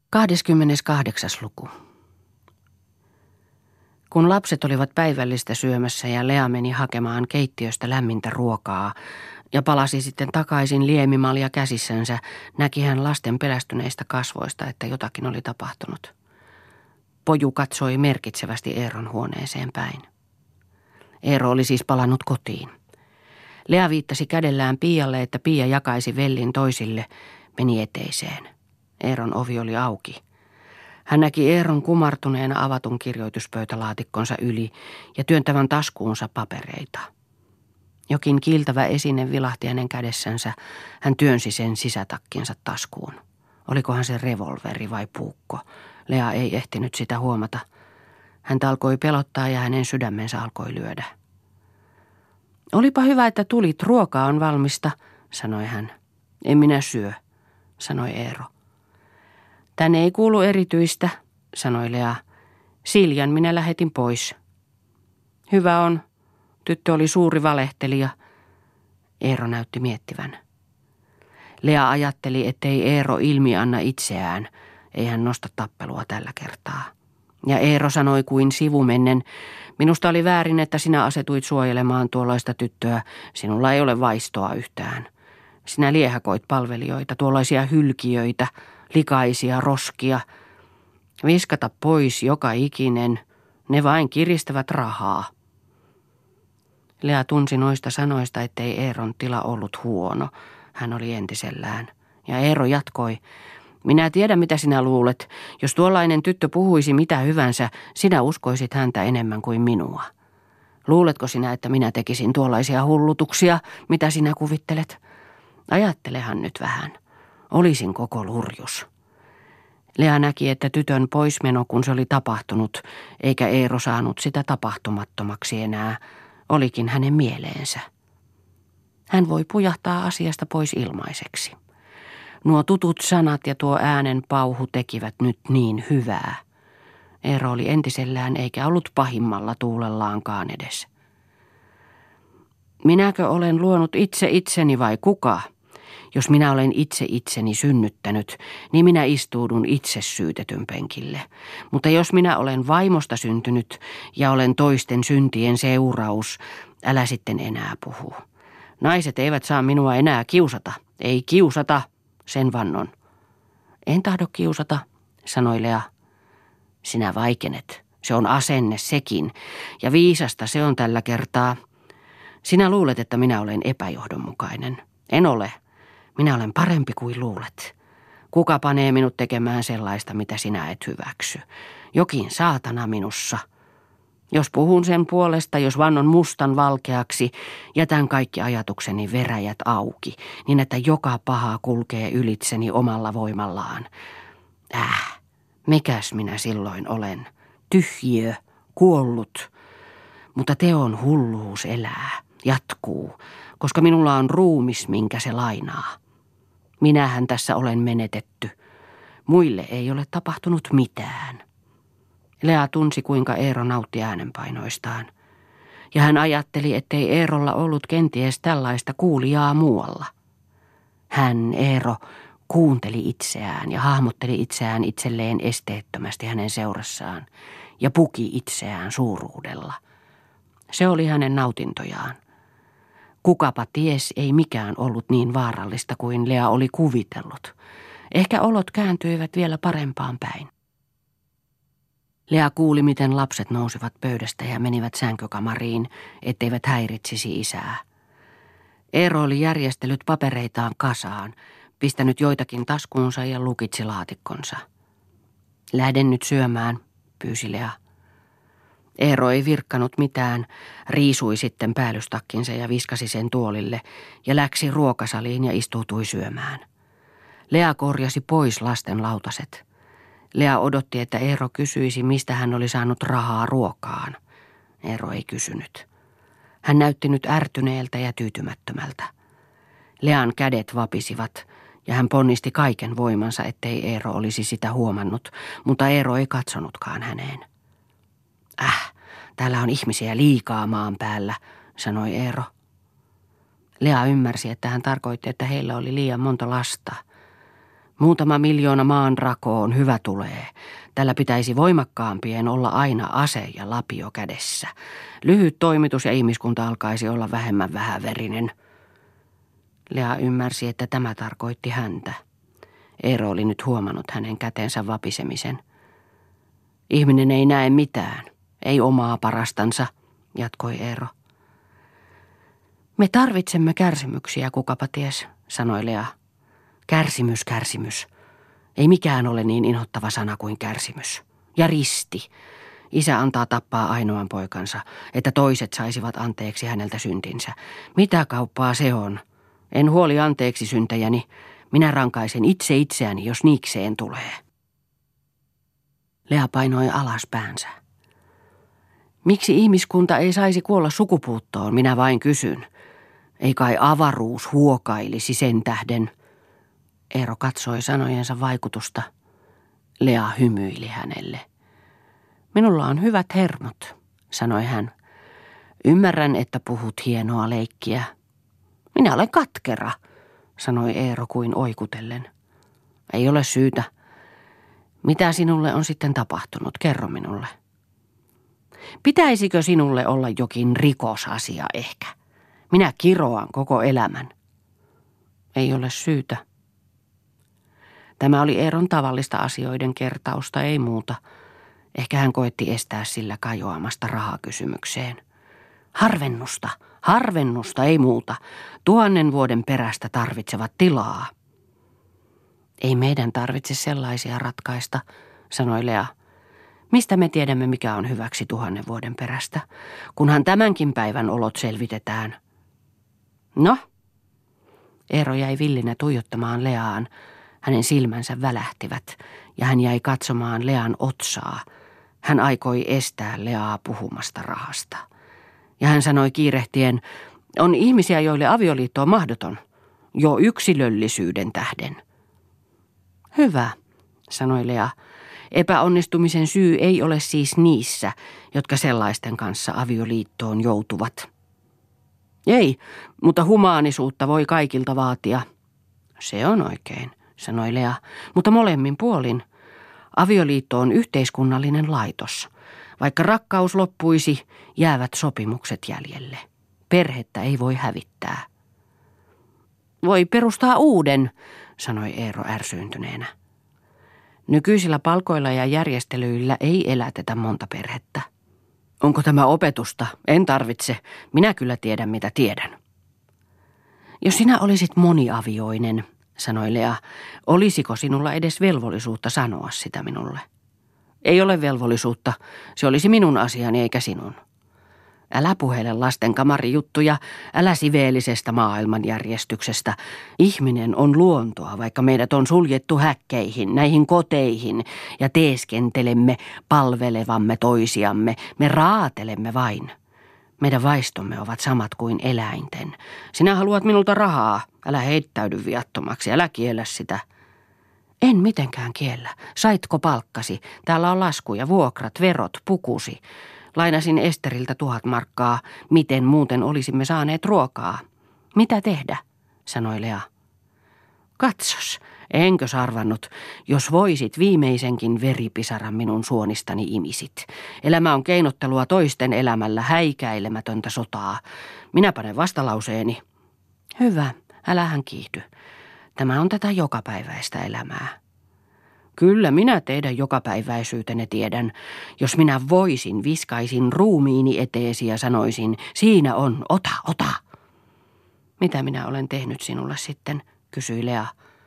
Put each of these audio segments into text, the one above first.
28. luku. Kun lapset olivat päivällistä syömässä ja Lea meni hakemaan keittiöstä lämmintä ruokaa ja palasi sitten takaisin liemimalja käsissänsä, näki hän lasten pelästyneistä kasvoista, että jotakin oli tapahtunut. Poju katsoi merkitsevästi Eeron huoneeseen päin. Eero oli siis palannut kotiin. Lea viittasi kädellään Pialle, että Pia jakaisi vellin toisille, meni eteiseen. Eeron ovi oli auki. Hän näki Eeron kumartuneena avatun kirjoituspöytälaatikkonsa yli ja työntävän taskuunsa papereita. Jokin kiiltävä esine vilahti hänen kädessänsä. Hän työnsi sen sisätakkinsa taskuun. Olikohan se revolveri vai puukko? Lea ei ehtinyt sitä huomata. Häntä alkoi pelottaa ja hänen sydämensä alkoi lyödä. Olipa hyvä, että tulit. Ruokaa on valmista, sanoi hän. En minä syö, sanoi Eero. Tänne ei kuulu erityistä, sanoi Lea. Siljan minä lähetin pois. Hyvä on. Tyttö oli suuri valehtelija. Eero näytti miettivän. Lea ajatteli, ettei Eero ilmi anna itseään. Ei hän nosta tappelua tällä kertaa. Ja Eero sanoi kuin sivumennen, minusta oli väärin, että sinä asetuit suojelemaan tuollaista tyttöä. Sinulla ei ole vaistoa yhtään. Sinä liehäkoit palvelijoita, tuollaisia hylkiöitä, likaisia roskia. Viskata pois joka ikinen, ne vain kiristävät rahaa. Lea tunsi noista sanoista, ettei Eeron tila ollut huono. Hän oli entisellään. Ja Eero jatkoi. Minä tiedän, mitä sinä luulet. Jos tuollainen tyttö puhuisi mitä hyvänsä, sinä uskoisit häntä enemmän kuin minua. Luuletko sinä, että minä tekisin tuollaisia hullutuksia, mitä sinä kuvittelet? Ajattelehan nyt vähän. Olisin koko lurjus. Lea näki, että tytön poismeno, kun se oli tapahtunut, eikä Eero saanut sitä tapahtumattomaksi enää, olikin hänen mieleensä. Hän voi pujahtaa asiasta pois ilmaiseksi. Nuo tutut sanat ja tuo äänen pauhu tekivät nyt niin hyvää. Eero oli entisellään eikä ollut pahimmalla tuulellaankaan edes. Minäkö olen luonut itse itseni vai kuka? Jos minä olen itse itseni synnyttänyt, niin minä istuudun itse syytetyn penkille. Mutta jos minä olen vaimosta syntynyt ja olen toisten syntien seuraus, älä sitten enää puhu. Naiset eivät saa minua enää kiusata. Ei kiusata, sen vannon. En tahdo kiusata, sanoi Lea. Sinä vaikenet. Se on asenne sekin. Ja viisasta se on tällä kertaa. Sinä luulet, että minä olen epäjohdonmukainen. En ole. Minä olen parempi kuin luulet. Kuka panee minut tekemään sellaista, mitä sinä et hyväksy? Jokin saatana minussa. Jos puhun sen puolesta, jos vannon mustan valkeaksi, jätän kaikki ajatukseni veräjät auki, niin että joka paha kulkee ylitseni omalla voimallaan. Mikäs minä silloin olen? Tyhjiö, kuollut. Mutta teon hulluus elää, jatkuu, koska minulla on ruumis, minkä se lainaa. Minähän tässä olen menetetty. Muille ei ole tapahtunut mitään. Lea tunsi, kuinka Eero nautti äänenpainoistaan. Ja hän ajatteli, ettei Eerolla ollut kenties tällaista kuulijaa muualla. Hän, Eero, kuunteli itseään ja hahmotteli itseään itselleen esteettömästi hänen seurassaan ja puki itseään suuruudella. Se oli hänen nautintojaan. Kukapa ties, ei mikään ollut niin vaarallista kuin Lea oli kuvitellut. Ehkä olot kääntyivät vielä parempaan päin. Lea kuuli, miten lapset nousivat pöydästä ja menivät sänkykamariin, etteivät häiritsisi isää. Eero oli järjestellyt papereitaan kasaan, pistänyt joitakin taskuunsa ja lukitsi laatikkonsa. Lähden nyt syömään, pyysi Lea. Eero ei virkkanut mitään, riisui sitten päällystakkinsa ja viskasi sen tuolille ja läksi ruokasaliin ja istuutui syömään. Lea korjasi pois lasten lautaset. Lea odotti, että Eero kysyisi, mistä hän oli saanut rahaa ruokaan. Eero ei kysynyt. Hän näytti nyt ärtyneeltä ja tyytymättömältä. Lean kädet vapisivat ja hän ponnisti kaiken voimansa, ettei Eero olisi sitä huomannut, mutta Eero ei katsonutkaan häneen. Täällä on ihmisiä liikaa maan päällä, sanoi Eero. Lea ymmärsi, että hän tarkoitti, että heillä oli liian monta lasta. Muutama miljoona maan rakoon, hyvä tulee. Tällä pitäisi voimakkaampien olla aina ase ja lapio kädessä. Lyhyt toimitus ja ihmiskunta alkaisi olla vähemmän vähäverinen. Lea ymmärsi, että tämä tarkoitti häntä. Eero oli nyt huomannut hänen kätensä vapisemisen. Ihminen ei näe mitään, ei omaa parastansa, jatkoi Eero. Me tarvitsemme kärsimyksiä, kukapa ties, sanoi Lea. Kärsimys, kärsimys. Ei mikään ole niin inhottava sana kuin kärsimys. Ja risti. Isä antaa tappaa ainoan poikansa, että toiset saisivat anteeksi häneltä syntinsä. Mitä kauppaa se on? En huoli anteeksi syntejäni. Minä rankaisen itse itseäni, jos niikseen tulee. Lea painoi alas päänsä. Miksi ihmiskunta ei saisi kuolla sukupuuttoon, minä vain kysyn. Ei kai avaruus huokailisi sen tähden. Eero katsoi sanojensa vaikutusta. Lea hymyili hänelle. Minulla on hyvät hermot, sanoi hän. Ymmärrän, että puhut hienoa leikkiä. Minä olen katkera, sanoi Eero kuin oikutellen. Ei ole syytä. Mitä sinulle on sitten tapahtunut? Kerro minulle. Pitäisikö sinulle olla jokin rikosasia ehkä? Minä kiroan koko elämän. Ei ole syytä. Tämä oli Eeron tavallista asioiden kertausta, ei muuta. Ehkä hän koetti estää sillä kajoamasta rahakysymykseen. Harvennusta, ei muuta. 1000 vuoden perästä tarvitsevat tilaa. Ei meidän tarvitse sellaisia ratkaista, sanoi Lea. Mistä me tiedämme, mikä on hyväksi 1000 vuoden perästä, kunhan tämänkin päivän olot selvitetään? No? Eero jäi villinä tuijottamaan Leaan. Hänen silmänsä välähtivät ja hän jäi katsomaan Lean otsaa. Hän aikoi estää Leaa puhumasta rahasta. Ja hän sanoi kiirehtien, on ihmisiä, joille avioliitto on mahdoton, jo yksilöllisyyden tähden. Hyvä, sanoi Lea. Epäonnistumisen syy ei ole siis niissä, jotka sellaisten kanssa avioliittoon joutuvat. Ei, mutta humaanisuutta voi kaikilta vaatia. Se on oikein, sanoi Lea, mutta molemmin puolin. Avioliitto on yhteiskunnallinen laitos. Vaikka rakkaus loppuisi, jäävät sopimukset jäljelle. Perhettä ei voi hävittää. Voi perustaa uuden, sanoi Eero ärsyyntyneenä. Nykyisillä palkoilla ja järjestelyillä ei elätetä monta perhettä. Onko tämä opetusta? En tarvitse. Minä kyllä tiedän, mitä tiedän. Jos sinä olisit moniavioinen, sanoi Lea, olisiko sinulla edes velvollisuutta sanoa sitä minulle? Ei ole velvollisuutta. Se olisi minun asiani eikä sinun. Älä puhele lasten kamarijuttuja, älä siveellisestä maailmanjärjestyksestä. Ihminen on luontoa, vaikka meidät on suljettu häkkeihin, näihin koteihin, ja teeskentelemme palvelevamme toisiamme. Me raatelemme vain. Meidän vaistomme ovat samat kuin eläinten. Sinä haluat minulta rahaa, älä heittäydy viattomaksi, älä kiellä sitä. En mitenkään kiellä. Saitko palkkasi? Täällä on laskuja, vuokrat, verot, pukusi. Lainasin Esteriltä 1000 markkaa. Miten muuten olisimme saaneet ruokaa? Mitä tehdä? Sanoi Lea. Katsos, enkö sarvannut, jos voisit viimeisenkin veripisaran minun suonistani imisit. Elämä on keinottelua toisten elämällä, häikäilemätöntä sotaa. Minä panen vastalauseeni. Hyvä, älähän kiihdy. Tämä on tätä jokapäiväistä elämää. Kyllä minä teidän jokapäiväisyytenne tiedän. Jos minä voisin, viskaisin ruumiini eteesi ja sanoisin, siinä on, ota. Mitä minä olen tehnyt sinulle sitten, kysyi Lea.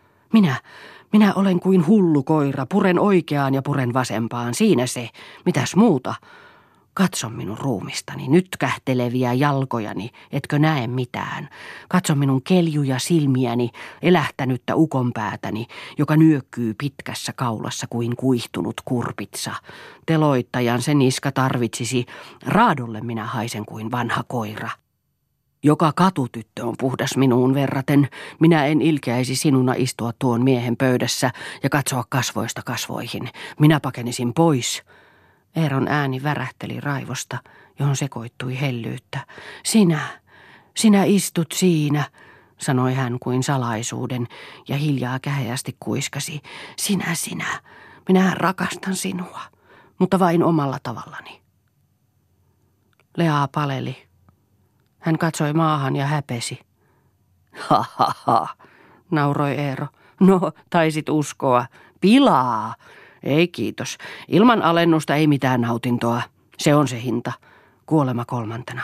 Minä olen kuin hullu koira, puren oikeaan ja puren vasempaan, siinä se, mitäs muuta. Katso minun ruumistani, nyt kähteleviä jalkojani, etkö näe mitään. Katso minun keljuja silmiäni, elähtänyttä ukonpäätäni, joka nyökkyy pitkässä kaulassa kuin kuihtunut kurpitsa. Teloittajan se niska tarvitsisi, raadolle minä haisen kuin vanha koira. Joka katutyttö on puhdas minuun verraten, minä en ilkeäisi sinuna istua tuon miehen pöydässä ja katsoa kasvoista kasvoihin. Minä pakenisin pois. Eeron ääni värähteli raivosta, johon sekoittui hellyyttä. Sinä istut siinä, sanoi hän kuin salaisuuden ja hiljaa käheästi kuiskasi. Sinä, minä rakastan sinua, mutta vain omalla tavallani. Lea paleli. Hän katsoi maahan ja häpesi. Ha ha ha, nauroi Eero. No, taisit uskoa. Pilaa. Ei kiitos. Ilman alennusta ei mitään nautintoa. Se on se hinta. Kuolema kolmantena.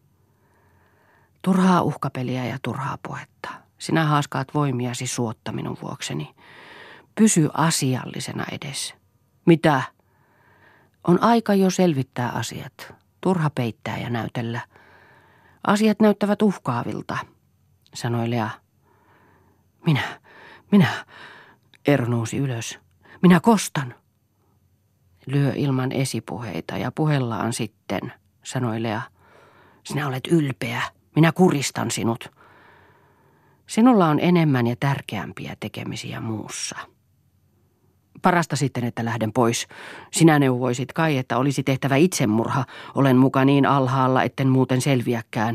Turhaa uhkapeliä ja turhaa puhetta. Sinä haaskaat voimiasi suotta minun vuokseni. Pysy asiallisena edes. Mitä? On aika jo selvittää asiat. Turha peittää ja näytellä. Asiat näyttävät uhkaavilta, sanoi Lea. Minä. Eero nousi ylös. Minä kostan. Lyö ilman esipuheita ja puhellaan sitten, sanoi Lea. Sinä olet ylpeä. Minä kuristan sinut. Sinulla on enemmän ja tärkeämpiä tekemisiä muussa. Parasta sitten, että lähden pois. Sinä neuvoisit kai, että olisi tehtävä itsemurha. Olen muka niin alhaalla, etten muuten selviäkään.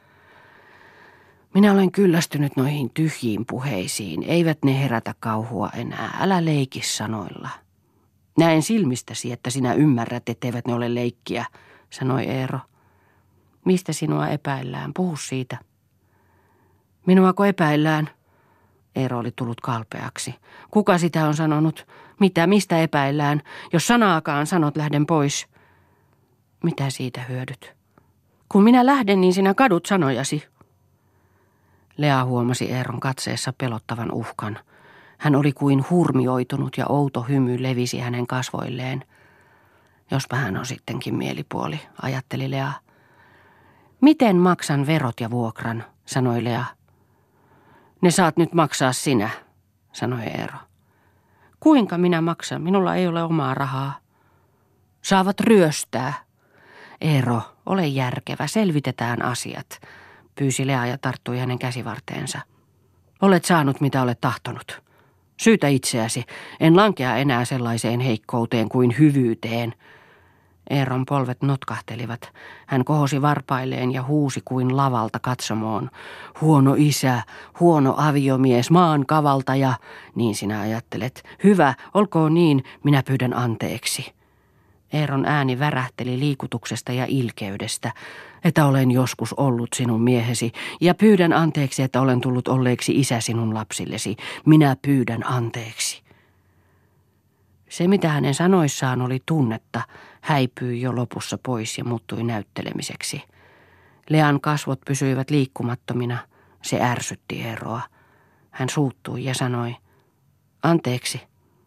Minä olen kyllästynyt noihin tyhjiin puheisiin. Eivät ne herätä kauhua enää. Älä leiki sanoilla. Näen silmistäsi, että sinä ymmärrät, etteivät ne ole leikkiä, sanoi Eero. Mistä sinua epäillään? Puhu siitä. Minuako epäillään? Eero oli tullut kalpeaksi. Kuka sitä on sanonut? Mistä epäillään? Jos sanaakaan sanot, lähden pois. Mitä siitä hyödyt? Kun minä lähden, niin sinä kadut sanojasi. Lea huomasi Eeron katseessa pelottavan uhkan. Hän oli kuin hurmioitunut ja outo hymy levisi hänen kasvoilleen. Jospa hän on sittenkin mielipuoli, ajatteli Lea. Miten maksan verot ja vuokran, sanoi Lea. Ne saat nyt maksaa sinä, sanoi Eero. Kuinka minä maksan? Minulla ei ole omaa rahaa. Saavat ryöstää. Eero, ole järkevä, selvitetään asiat, pyysi Lea ja tarttui hänen käsivarteensa. Olet saanut mitä olet tahtonut. Syytä itseäsi, en lankea enää sellaiseen heikkouteen kuin hyvyyteen. Eeron polvet notkahtelivat. Hän kohosi varpailleen ja huusi kuin lavalta katsomoon. Huono isä, huono aviomies, maan kavaltaja, niin sinä ajattelet. Hyvä, olkoon niin, minä pyydän anteeksi. Eeron ääni värähteli liikutuksesta ja ilkeydestä, että olen joskus ollut sinun miehesi, ja pyydän anteeksi, että olen tullut olleeksi isä sinun lapsillesi. Minä pyydän anteeksi. Se, mitä hänen sanoissaan oli tunnetta, häipyi jo lopussa pois ja muuttui näyttelemiseksi. Lean kasvot pysyivät liikkumattomina. Se ärsytti Eeroa. Hän suuttui ja sanoi, anteeksi.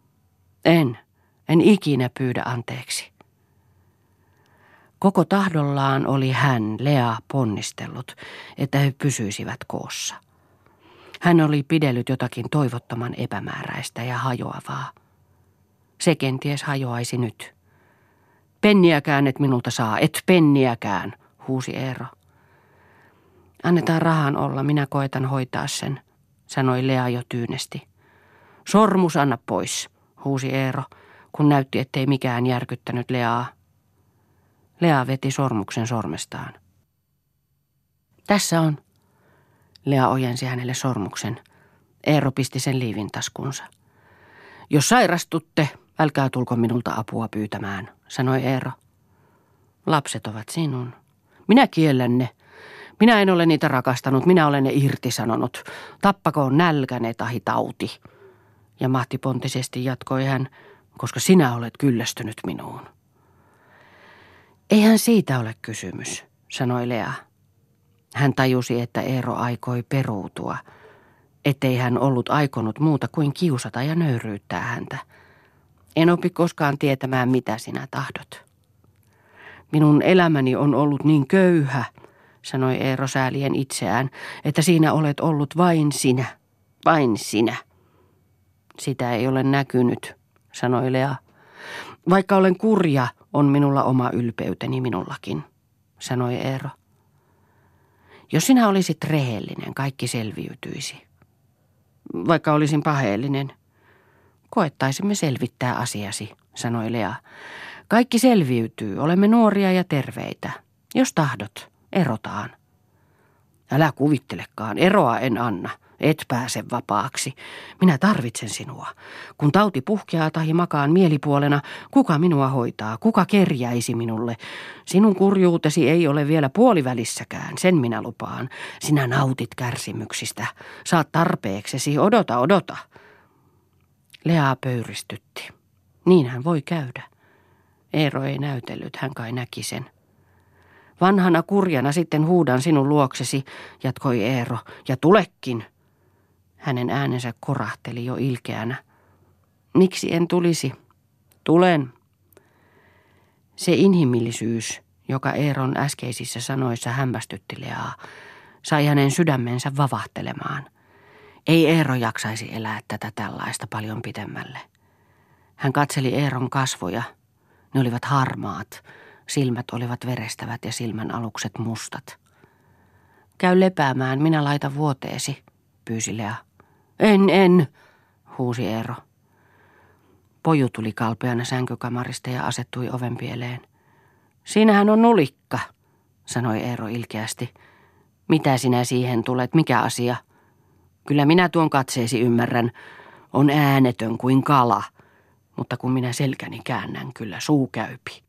En ikinä pyydä anteeksi. Koko tahdollaan oli hän, Lea, ponnistellut, että he pysyisivät koossa. Hän oli pidellyt jotakin toivottoman epämääräistä ja hajoavaa. Se kenties hajoaisi nyt. Penniäkään et minulta saa, et penniäkään, huusi Eero. Annetaan rahan olla, minä koetan hoitaa sen, sanoi Lea jo tyynesti. Sormus anna pois, huusi Eero, kun näytti, ettei mikään järkyttänyt Leaa. Lea veti sormuksen sormestaan. Tässä on. Lea ojensi hänelle sormuksen. Eero pisti sen liivintaskunsa. Jos sairastutte, älkää tulko minulta apua pyytämään, sanoi Eero. Lapset ovat sinun. Minä kiellän ne. Minä en ole niitä rakastanut, minä olen ne irtisanonut. Tappakoon nälkäne tahi tauti. Ja mahtipontisesti jatkoi hän, koska sinä olet kyllästynyt minuun. Eihän siitä ole kysymys, sanoi Lea. Hän tajusi, että Eero aikoi peruutua, ettei hän ollut aikonut muuta kuin kiusata ja nöyryyttää häntä. En opi koskaan tietämään, mitä sinä tahdot. Minun elämäni on ollut niin köyhä, sanoi Eero säälien itseään, että siinä olet ollut vain sinä. Sitä ei ole näkynyt, sanoi Lea. Vaikka olen kurja, on minulla oma ylpeyteni minullakin, sanoi Eero. Jos sinä olisit rehellinen, kaikki selviytyisi. Vaikka olisin paheellinen, koettaisimme selvittää asiasi, sanoi Lea. Kaikki selviytyy, olemme nuoria ja terveitä. Jos tahdot, erotaan. Älä kuvittelekaan, eroa en anna. Et pääse vapaaksi. Minä tarvitsen sinua. Kun tauti puhkeaa tai makaan mielipuolena, kuka minua hoitaa, kuka kerjäisi minulle? Sinun kurjuutesi ei ole vielä puolivälissäkään, sen minä lupaan. Sinä nautit kärsimyksistä. Saat tarpeeksesi, odota. Lea pöyristytti. Niin hän voi käydä. Eero ei näytellyt, hän kai näki sen. Vanhana kurjana sitten huudan sinun luoksesi, jatkoi Eero, ja tulekin. Hänen äänensä korahteli jo ilkeänä. Miksi en tulisi? Tulen. Se inhimillisyys, joka Eeron äskeisissä sanoissa hämmästytti Leaa, sai hänen sydämensä vavahtelemaan. Ei Eero jaksaisi elää tätä tällaista paljon pitemmälle. Hän katseli Eeron kasvoja. Ne olivat harmaat, silmät olivat verestävät ja silmän alukset mustat. Käy lepäämään, minä laitan vuoteesi, pyysi Lea. En, huusi Eero. Poju tuli kalpeana sänkykamarista ja asettui ovenpieleen. Siinähän on nulikka, sanoi Eero ilkeästi. Mitä sinä siihen tulet, mikä asia? Kyllä minä tuon katseesi ymmärrän. On äänetön kuin kala, mutta kun minä selkäni käännän, kyllä suu käypi.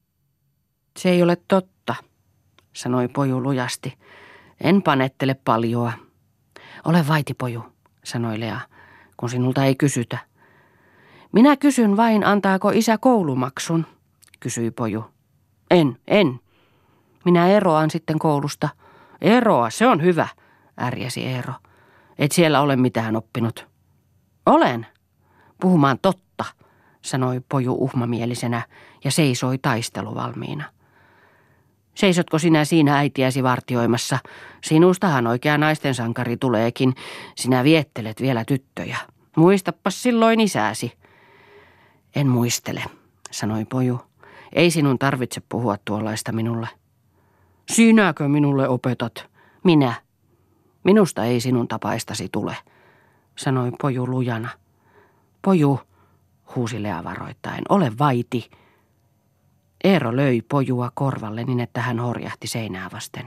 Se ei ole totta, sanoi Poju lujasti. En panettele paljoa. Ole vaiti, Poju, sanoi Lea, kun sinulta ei kysytä. Minä kysyn vain, antaako isä koulumaksun, kysyi Poju. En. Minä eroan sitten koulusta. Eroa, se on hyvä, ärjäsi Eero. Et siellä ole mitään oppinut. Olen. Puhumaan totta, sanoi Poju uhmamielisenä ja seisoi taisteluvalmiina. Seisotko sinä siinä äitiäsi vartioimassa? Sinustahan oikea naisten sankari tuleekin. Sinä viettelet vielä tyttöjä. Muistappas silloin isäsi. En muistele, sanoi Poju. Ei sinun tarvitse puhua tuollaista minulle. Sinäkö minulle opetat? Minä. Minusta ei sinun tapaistasi tule, sanoi Poju lujana. Poju, huusi Lea varoittaen, ole vaiti. Eero löi Pojua korvalle niin, että hän horjahti seinää vasten.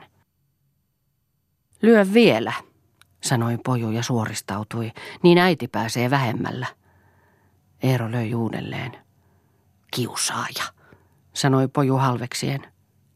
Lyö vielä, sanoi Poju ja suoristautui, niin äiti pääsee vähemmällä. Eero löi uudelleen. Kiusaaja, sanoi Poju halveksien.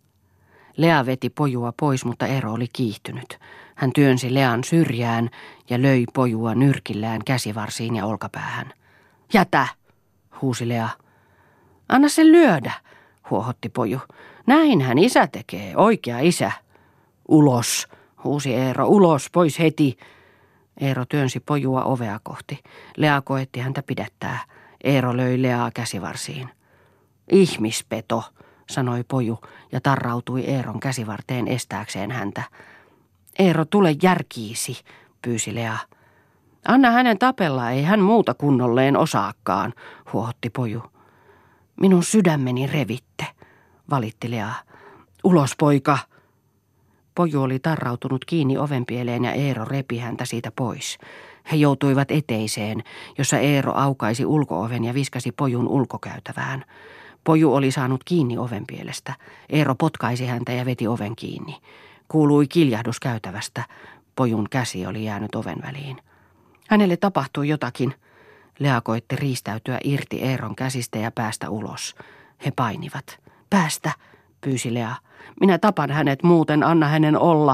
Lea veti Pojua pois, mutta Eero oli kiihtynyt. Hän työnsi Lean syrjään ja löi Pojua nyrkillään käsivarsiin ja olkapäähän. Jätä, huusi Lea. Anna sen lyödä, huohotti Poju. Näinhän isä tekee, oikea isä. Ulos, huusi Eero, ulos, pois heti. Eero työnsi Pojua ovea kohti. Lea koetti häntä pidättää. Eero löi Leaa käsivarsiin. Ihmispeto, sanoi Poju ja tarrautui Eeron käsivarteen estääkseen häntä. Eero, tule järkiisi, pyysi Lea. Anna hänen tapella, ei hän muuta kunnolleen osaakaan, huohotti Poju. Minun sydämeni revitte, valitti Lea. Ulos, poika. Poju oli tarrautunut kiinni ovenpieleen ja Eero repi häntä siitä pois. He joutuivat eteiseen, jossa Eero aukaisi ulko-oven ja viskasi Pojun ulkokäytävään. Poju oli saanut kiinni ovenpielestä. Eero potkaisi häntä ja veti oven kiinni. Kuului kiljahdus käytävästä. Pojun käsi oli jäänyt oven väliin. Hänelle tapahtui jotakin. Lea koitti riistäytyä irti Eeron käsistä ja päästä ulos. He painivat. Päästä, pyysi Lea. Minä tapan hänet, muuten anna hänen olla.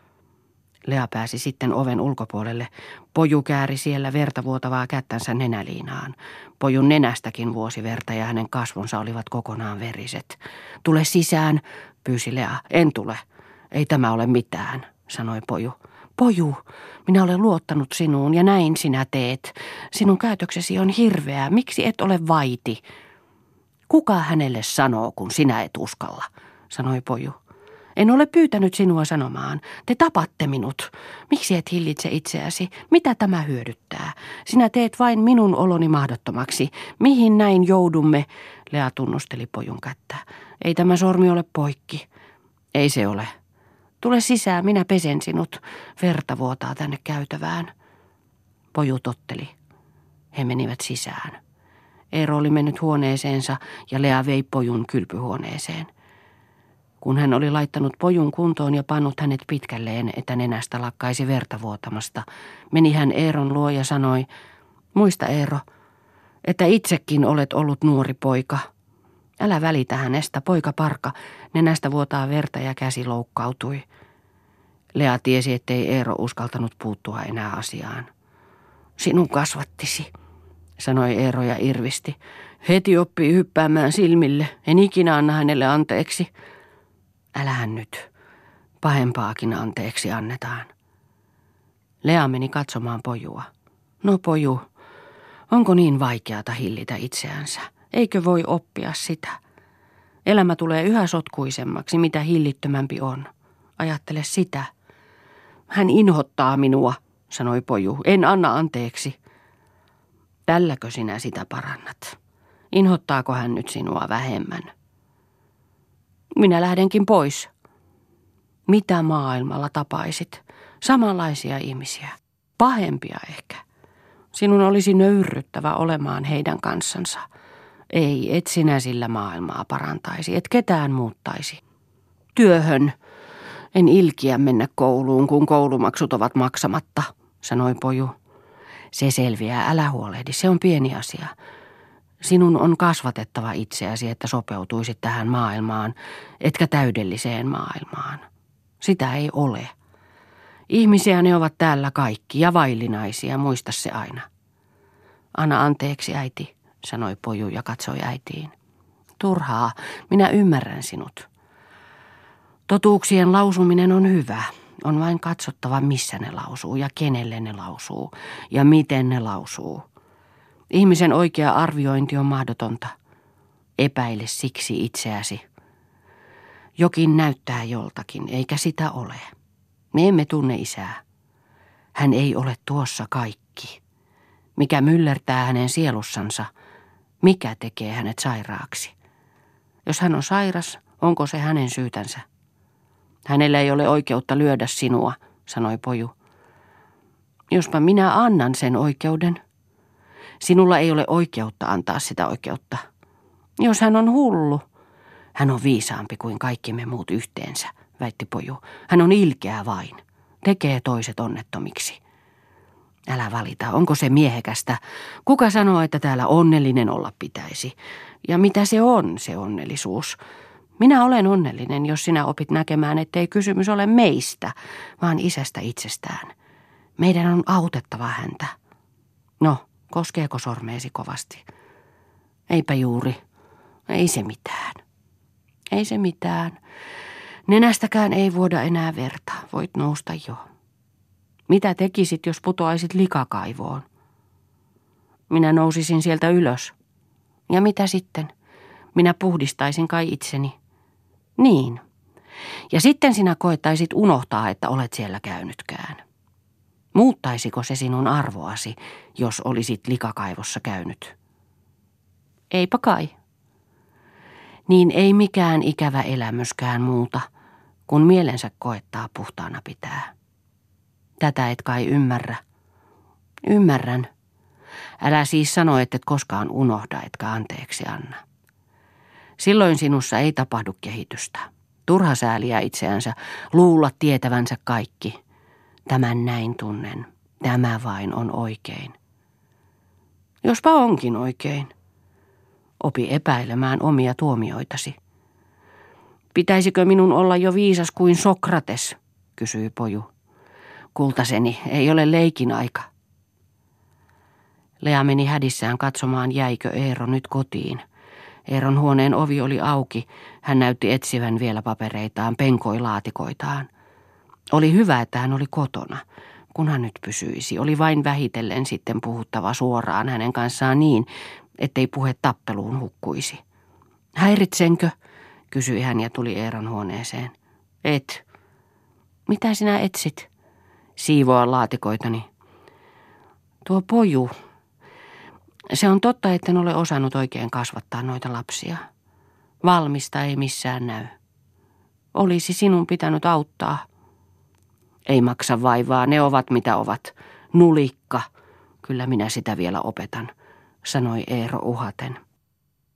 Lea pääsi sitten oven ulkopuolelle. Poju kääri siellä verta vuotavaa kättänsä nenäliinaan. Pojun nenästäkin vuosi verta ja hänen kasvonsa olivat kokonaan veriset. Tule sisään, pyysi Lea. En tule. Ei tämä ole mitään, sanoi Poju. Poju, minä olen luottanut sinuun ja näin sinä teet. Sinun käytöksesi on hirveää. Miksi et ole vaiti? Kuka hänelle sanoo, kun sinä et uskalla, sanoi Poju. En ole pyytänyt sinua sanomaan. Te tapatte minut. Miksi et hillitse itseäsi? Mitä tämä hyödyttää? Sinä teet vain minun oloni mahdottomaksi. Mihin näin joudumme? Lea tunnusteli Pojun kättä. Ei tämä sormi ole poikki. Ei se ole. Tule sisään, minä pesen sinut. Verta vuotaa tänne käytävään. Poju totteli. He menivät sisään. Eero oli mennyt huoneeseensa ja Lea vei Pojun kylpyhuoneeseen. Kun hän oli laittanut pojun kuntoon ja pannut hänet pitkälleen, että nenästä lakkaisi verta vuotamasta, meni hän Eeron luo ja sanoi, muista Eero, että itsekin olet ollut nuori poika. Älä välitä hänestä, poika parka, nenästä vuotaa verta ja käsi loukkautui. Lea tiesi, ettei Eero uskaltanut puuttua enää asiaan. Sinun kasvattisi, sanoi Eero ja irvisti. Heti oppii hyppäämään silmille, en ikinä anna hänelle anteeksi. Älähän nyt, pahempaakin anteeksi annetaan. Lea meni katsomaan pojua. No poju, onko niin vaikeata hillitä itseänsä? Eikö voi oppia sitä? Elämä tulee yhä sotkuisemmaksi, mitä hillittömämpi on. Ajattele sitä. Hän inhottaa minua, sanoi poju. En anna anteeksi. Tälläkö sinä sitä parannat? Inhottaako hän nyt sinua vähemmän? Minä lähdenkin pois. Mitä maailmalla tapaisit? Samanlaisia ihmisiä. Pahempia ehkä. Sinun olisi nöyrryttävä olemaan heidän kanssansa. Ei, et sinä sillä maailmaa parantaisi, et ketään muuttaisi. Työhön. En ilkiä mennä kouluun, kun koulumaksut ovat maksamatta, sanoi poju. Se selviää, älä huolehdi, se on pieni asia. Sinun on kasvatettava itseäsi, että sopeutuisit tähän maailmaan, etkä täydelliseen maailmaan. Sitä ei ole. Ihmisiä ne ovat täällä kaikki ja vaillinaisia, muista se aina. Anna anteeksi, äiti, sanoi poju ja katsoi äitiin. Turhaa, minä ymmärrän sinut. Totuuksien lausuminen on hyvä. On vain katsottava, missä ne lausuu ja kenelle ne lausuu ja miten ne lausuu. Ihmisen oikea arviointi on mahdotonta. Epäile siksi itseäsi. Jokin näyttää joltakin, eikä sitä ole. Me emme tunne isää. Hän ei ole tuossa kaikki. Mikä myllertää hänen sielussansa, mikä tekee hänet sairaaksi. Jos hän on sairas, onko se hänen syytänsä? Hänellä ei ole oikeutta lyödä sinua, sanoi poju. Jospa minä annan sen oikeuden. Sinulla ei ole oikeutta antaa sitä oikeutta. Jos hän on hullu, hän on viisaampi kuin kaikki me muut yhteensä, väitti poju. Hän on ilkeä vain. Tekee toiset onnettomiksi. Älä valita, onko se miehekästä? Kuka sanoo, että täällä onnellinen olla pitäisi? Ja mitä se on, se onnellisuus? Minä olen onnellinen, jos sinä opit näkemään, ettei kysymys ole meistä, vaan isästä itsestään. Meidän on autettava häntä. No, koskeeko sormeesi kovasti? Eipä juuri. Ei se mitään. Ei se mitään. Nenästäkään ei vuoda enää verta. Voit nousta jo. Mitä tekisit, jos putoaisit likakaivoon? Minä nousisin sieltä ylös. Ja mitä sitten? Minä puhdistaisin kai itseni. Niin. Ja sitten sinä koettaisit unohtaa, että olet siellä käynytkään. Muuttaisiko se sinun arvoasi, jos olisit likakaivossa käynyt? Eipä kai. Niin ei mikään ikävä elämyskään muuta, kun mielensä koettaa puhtaana pitää. Tätä et kai ymmärrä. Ymmärrän. Älä siis sano, et koskaan unohda, etkä anteeksi anna. Silloin sinussa ei tapahdu kehitystä. Turha sääliä itseänsä, luulla tietävänsä kaikki. Tämän näin tunnen. Tämä vain on oikein. Jospa onkin oikein. Opi epäilemään omia tuomioitasi. Pitäisikö minun olla jo viisas kuin Sokrates, kysyi poju. Kultaseni, ei ole leikin aika. Lea meni hädissään katsomaan, jäikö Eero nyt kotiin. Eeron huoneen ovi oli auki. Hän näytti etsivän vielä papereitaan, penkoi laatikoitaan. Oli hyvä, että hän oli kotona. Kunhan nyt pysyisi, oli vain vähitellen sitten puhuttava suoraan hänen kanssaan niin, ettei puhe tappeluun hukkuisi. Häiritsenkö? Kysyi hän ja tuli Eeron huoneeseen. Et. Mitä sinä etsit? Siivoa laatikoitani. Tuo poju. Se on totta, etten ole osannut oikein kasvattaa noita lapsia. Valmista ei missään näy. Olisi sinun pitänyt auttaa. Ei maksa vaivaa, ne ovat mitä ovat. Nulikka. Kyllä minä sitä vielä opetan, sanoi Eero uhaten.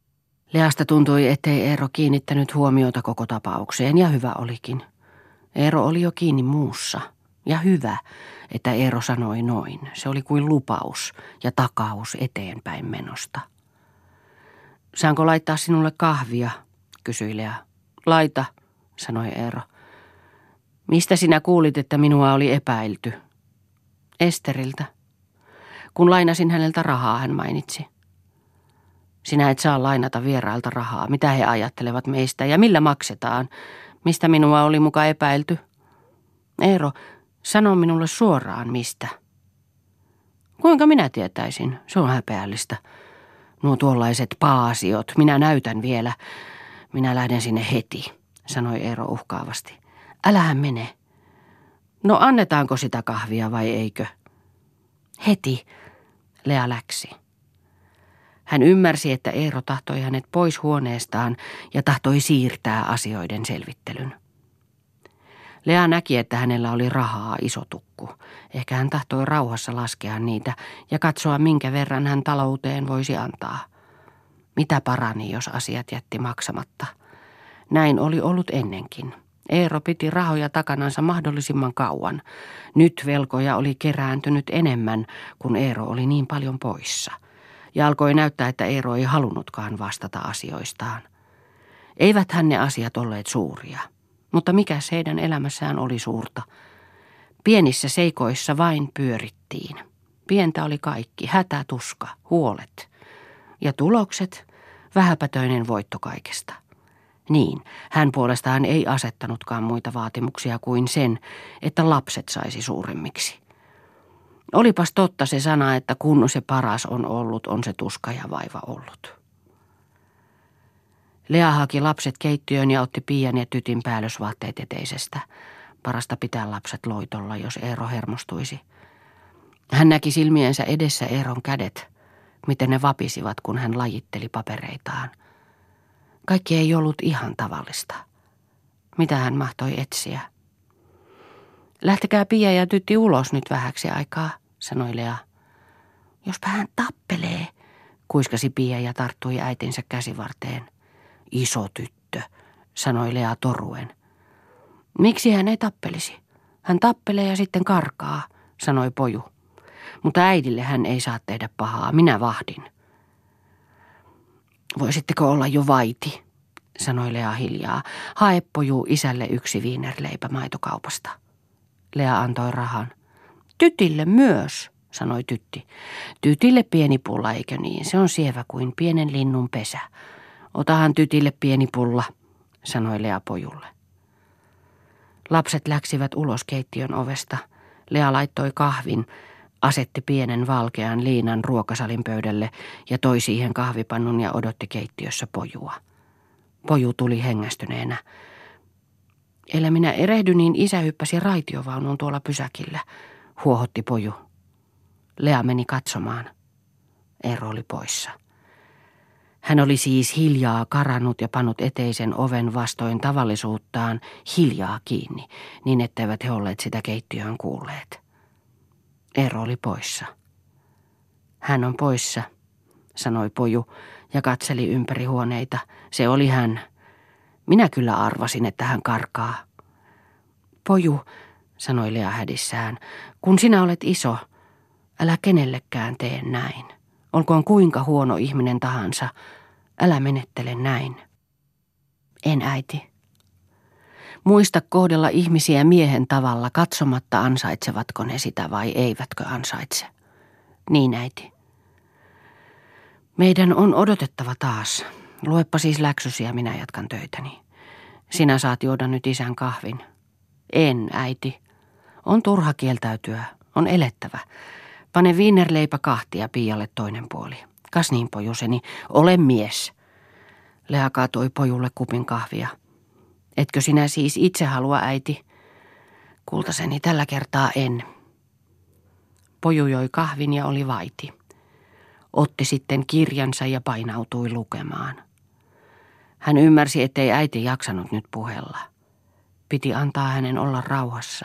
Leasta tuntui, ettei Eero kiinnittänyt huomiota koko tapaukseen, ja hyvä olikin. Eero oli jo kiinni muussa, ja hyvä, että Eero sanoi noin. Se oli kuin lupaus ja takaus eteenpäin menosta. Saanko laittaa sinulle kahvia, kysyi Lea. Laita, sanoi Eero. Mistä sinä kuulit, että minua oli epäilty? Esteriltä. Kun lainasin häneltä rahaa, hän mainitsi. Sinä et saa lainata vierailta rahaa. Mitä he ajattelevat meistä ja millä maksetaan? Mistä minua oli muka epäilty? Eero, sano minulle suoraan mistä. Kuinka minä tietäisin? Se on häpeällistä. Nuo tuollaiset paasiot. Minä näytän vielä. Minä lähden sinne heti, sanoi Eero uhkaavasti. Älähän mene. No annetaanko sitä kahvia vai eikö? Heti. Lea läksi. Hän ymmärsi, että Eero tahtoi hänet pois huoneestaan ja tahtoi siirtää asioiden selvittelyn. Lea näki, että hänellä oli rahaa iso tukku. Ehkä hän tahtoi rauhassa laskea niitä ja katsoa, minkä verran hän talouteen voisi antaa. Mitä parani, jos asiat jätti maksamatta? Näin oli ollut ennenkin. Eero piti rahoja takanansa mahdollisimman kauan. Nyt velkoja oli kerääntynyt enemmän, kun Eero oli niin paljon poissa. Ja alkoi näyttää, että Eero ei halunnutkaan vastata asioistaan. Eiväthän ne asiat olleet suuria, mutta mikäs heidän elämässään oli suurta? Pienissä seikoissa vain pyörittiin. Pientä oli kaikki, hätä, tuska, huolet. Ja tulokset, vähäpätöinen voitto kaikesta. Niin, hän puolestaan ei asettanutkaan muita vaatimuksia kuin sen, että lapset saisi suuremmiksi. Olipas totta se sana, että kun se paras on ollut, on se tuska ja vaiva ollut. Lea haki lapset keittiöön ja otti Pian ja tytin päällysvaatteet eteisestä. Parasta pitää lapset loitolla, jos Eero hermostuisi. Hän näki silmiensä edessä Eeron kädet, miten ne vapisivat, kun hän lajitteli papereitaan. Kaikki ei ollut ihan tavallista. Mitä hän mahtoi etsiä? Lähtekää Pia ja tytti ulos nyt vähäksi aikaa, sanoi Lea. Jospa hän tappelee, kuiskasi Pia ja tarttui äitinsä käsivarteen. Iso tyttö, sanoi Lea toruen. Miksi hän ei tappelisi? Hän tappelee ja sitten karkaa, sanoi poju. Mutta äidille hän ei saa tehdä pahaa, minä vahdin. Voisitteko olla jo vaiti, sanoi Lea hiljaa. Hae poju isälle yksi viinerleipä maitokaupasta. Lea antoi rahan. Tytille myös, sanoi tytti. Tytille pieni pulla, eikö niin? Se on sievä kuin pienen linnun pesä. Otahan tytille pieni pulla, sanoi Lea pojulle. Lapset läksivät ulos keittiön ovesta. Lea laittoi kahvin, asetti pienen valkean liinan ruokasalin pöydälle ja toi siihen kahvipannun ja odotti keittiössä pojua. Poju tuli hengästyneenä. Ellei minä erehdy, niin isä hyppäsi raitiovaunuun tuolla pysäkillä, huohotti poju. Lea meni katsomaan. Eero oli poissa. Hän oli siis hiljaa karannut ja pannut eteisen oven vastoin tavallisuuttaan hiljaa kiinni, niin etteivät he olleet sitä keittiöön kuulleet. Eero oli poissa. Hän on poissa, sanoi poju ja katseli ympäri huoneita. Se oli hän. Minä kyllä arvasin, että hän karkaa. Poju, sanoi Lea hädissään, kun sinä olet iso, älä kenellekään tee näin. Olkoon kuinka huono ihminen tahansa, älä menettele näin. En, äiti. Muista kohdella ihmisiä miehen tavalla katsomatta, ansaitsevatko ne sitä vai eivätkö ansaitse. Niin, äiti. Meidän on odotettava taas. Luepa siis läksysi ja minä jatkan töitäni. Sinä saat juoda nyt isän kahvin. En, äiti. On turha kieltäytyä. On elettävä. Pane viinerleipä kahtia Pialle toinen puoli. Kas niin, pojuseni, ole mies. Lea kaatoi pojulle kupin kahvia. Etkö sinä siis itse halua, äiti? Kultaseni, tällä kertaa en. Poju joi kahvin ja oli vaiti. Otti sitten kirjansa ja painautui lukemaan. Hän ymmärsi, ettei äiti jaksanut nyt puhella. Piti antaa hänen olla rauhassa.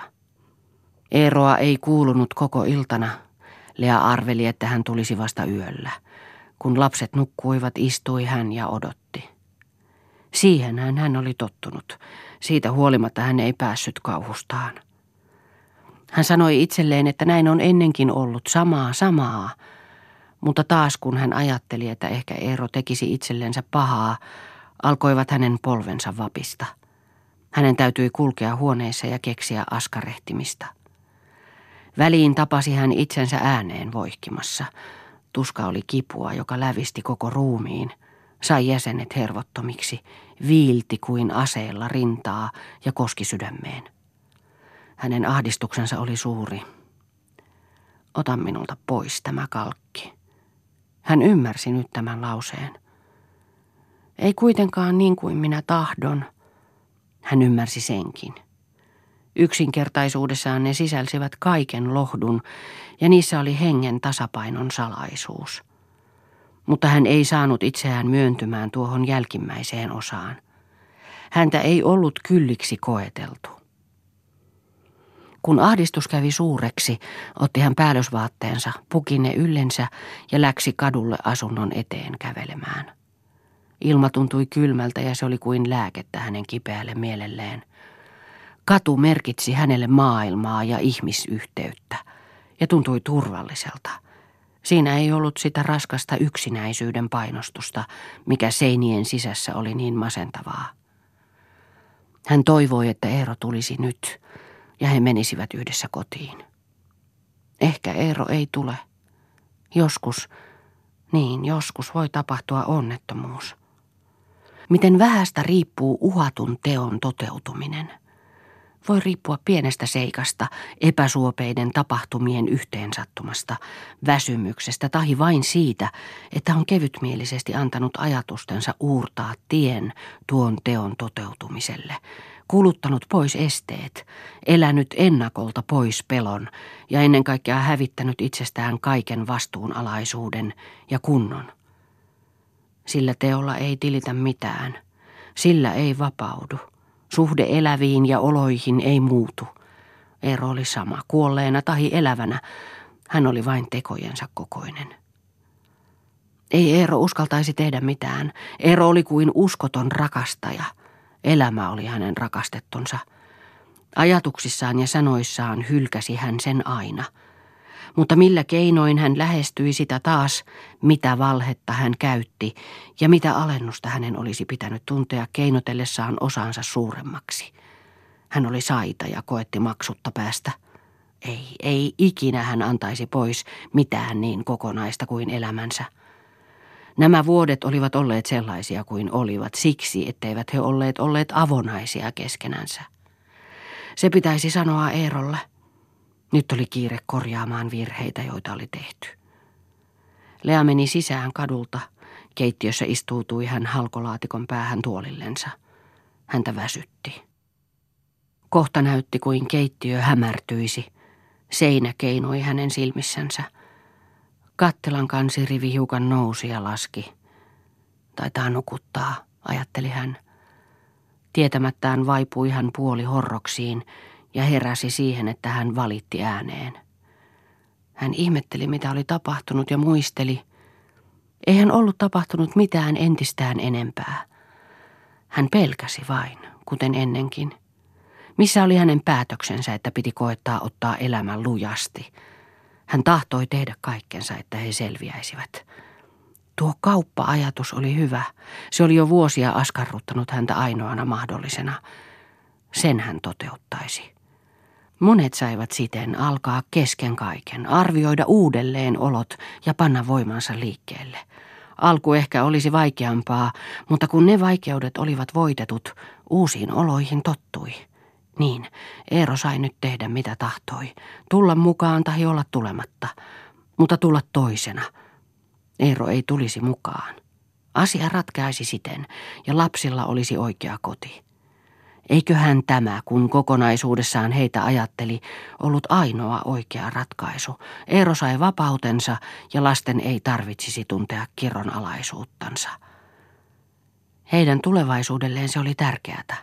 Eeroa ei kuulunut koko iltana. Lea arveli, että hän tulisi vasta yöllä. Kun lapset nukkuivat, istui hän ja odotti. Siihenhän hän oli tottunut. Siitä huolimatta hän ei päässyt kauhustaan. Hän sanoi itselleen, että näin on ennenkin ollut, samaa. Mutta taas kun hän ajatteli, että ehkä Eero tekisi itsellensä pahaa, alkoivat hänen polvensa vapista. Hänen täytyi kulkea huoneessa ja keksiä askarehtimista. Väliin tapasi hän itsensä ääneen voihkimassa. Tuska oli kipua, joka lävisti koko ruumiin, sai jäsenet hervottomiksi, viilti kuin aseella rintaa ja koski sydämeen. Hänen ahdistuksensa oli suuri. Ota minulta pois tämä kalkki. Hän ymmärsi nyt tämän lauseen. Ei kuitenkaan niin kuin minä tahdon. Hän ymmärsi senkin. Yksinkertaisuudessaan ne sisälsivät kaiken lohdun ja niissä oli hengen tasapainon salaisuus. Mutta hän ei saanut itseään myöntymään tuohon jälkimmäiseen osaan. Häntä ei ollut kylliksi koeteltu. Kun ahdistus kävi suureksi, otti hän päällysvaatteensa, puki ne yllensä ja läksi kadulle asunnon eteen kävelemään. Ilma tuntui kylmältä ja se oli kuin lääkettä hänen kipeälle mielelleen. Katu merkitsi hänelle maailmaa ja ihmisyhteyttä ja tuntui turvalliselta. Siinä ei ollut sitä raskasta yksinäisyyden painostusta, mikä seinien sisässä oli niin masentavaa. Hän toivoi, että Eero tulisi nyt ja he menisivät yhdessä kotiin. Ehkä Eero ei tule. Joskus voi tapahtua onnettomuus. Miten vähästä riippuu uhatun teon toteutuminen. Voi riippua pienestä seikasta, epäsuopeiden tapahtumien yhteensattumasta, väsymyksestä tai vain siitä, että on kevytmielisesti antanut ajatustensa uurtaa tien tuon teon toteutumiselle, kuluttanut pois esteet, elänyt ennakolta pois pelon ja ennen kaikkea hävittänyt itsestään kaiken vastuunalaisuuden ja kunnon. Sillä teolla ei tilitä mitään, sillä ei vapaudu. Suhde eläviin ja oloihin ei muutu. Eero oli sama, kuolleena tai elävänä. Hän oli vain tekojensa kokoinen. Ei Eero uskaltaisi tehdä mitään. Eero oli kuin uskoton rakastaja. Elämä oli hänen rakastettunsa. Ajatuksissaan ja sanoissaan hylkäsi hän sen aina. Mutta millä keinoin hän lähestyi sitä taas, mitä valhetta hän käytti ja mitä alennusta hänen olisi pitänyt tuntea keinotellessaan osansa suuremmaksi. Hän oli saita ja koetti maksutta päästä. Ei ikinä hän antaisi pois mitään niin kokonaista kuin elämänsä. Nämä vuodet olivat olleet sellaisia kuin olivat siksi, etteivät he olleet avonaisia keskenänsä. Se pitäisi sanoa Eerolle. Nyt oli kiire korjaamaan virheitä, joita oli tehty. Lea meni sisään kadulta. Keittiössä istuutui hän halkolaatikon päähän tuolillensa. Häntä väsytti. Kohta näytti kuin keittiö hämärtyisi. Seinä keinui hänen silmissänsä. Kattilan kansirivi hiukan nousi ja laski. Taitaa nukuttaa, ajatteli hän. Tietämättään vaipui hän puoli horroksiin ja heräsi siihen, että hän valitti ääneen. Hän ihmetteli, mitä oli tapahtunut ja muisteli. Eihän ollut tapahtunut mitään entistään enempää. Hän pelkäsi vain, kuten ennenkin. Missä oli hänen päätöksensä, että piti koettaa ottaa elämän lujasti? Hän tahtoi tehdä kaikkensa, että he selviäisivät. Tuo kauppa-ajatus oli hyvä. Se oli jo vuosia askarruttanut häntä ainoana mahdollisena. Sen hän toteuttaisi. Monet saivat siten alkaa kesken kaiken, arvioida uudelleen olot ja panna voimansa liikkeelle. Alku ehkä olisi vaikeampaa, mutta kun ne vaikeudet olivat voitetut, uusiin oloihin tottui. Niin, Eero sai nyt tehdä mitä tahtoi, tulla mukaan tai olla tulematta, mutta tulla toisena. Eero ei tulisi mukaan. Asia ratkaisi siten ja lapsilla olisi oikea koti. Eiköhän tämä, kun kokonaisuudessaan heitä ajatteli, ollut ainoa oikea ratkaisu. Eero sai vapautensa ja lasten ei tarvitsisi tuntea kironalaisuuttansa. Heidän tulevaisuudelleen se oli tärkeätä.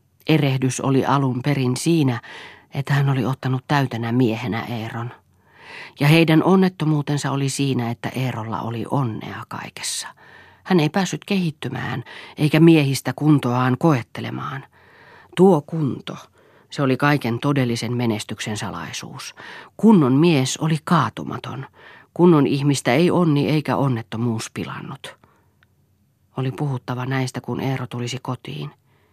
Erehdys oli alun perin siinä, että hän oli ottanut täytenä miehenä Eeron. Ja heidän onnettomuutensa oli siinä, että Eerolla oli onnea kaikessa. Hän ei päässyt kehittymään, eikä miehistä kuntoaan koettelemaan. Tuo kunto, se oli kaiken todellisen menestyksen salaisuus. Kunnon mies oli kaatumaton. Kunnon ihmistä ei onni eikä onnettomuus pilannut. Oli puhuttava näistä, kun Eero tulisi kotiin.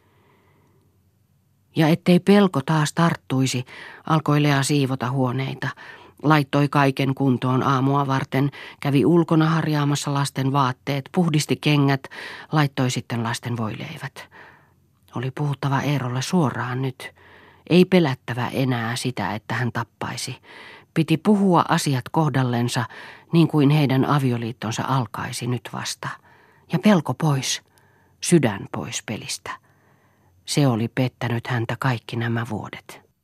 Ja ettei pelko taas tarttuisi, alkoi Lea siivota huoneita. Laittoi kaiken kuntoon aamua varten, kävi ulkona harjaamassa lasten vaatteet, puhdisti kengät, laittoi sitten lasten voileivät. Oli puhuttava Eerolle suoraan nyt. Ei pelättävä enää sitä, että hän tappaisi. Piti puhua asiat kohdallensa, niin kuin heidän avioliittonsa alkaisi nyt vasta. Ja pelko pois, sydän pois pelistä. Se oli pettänyt häntä kaikki nämä vuodet.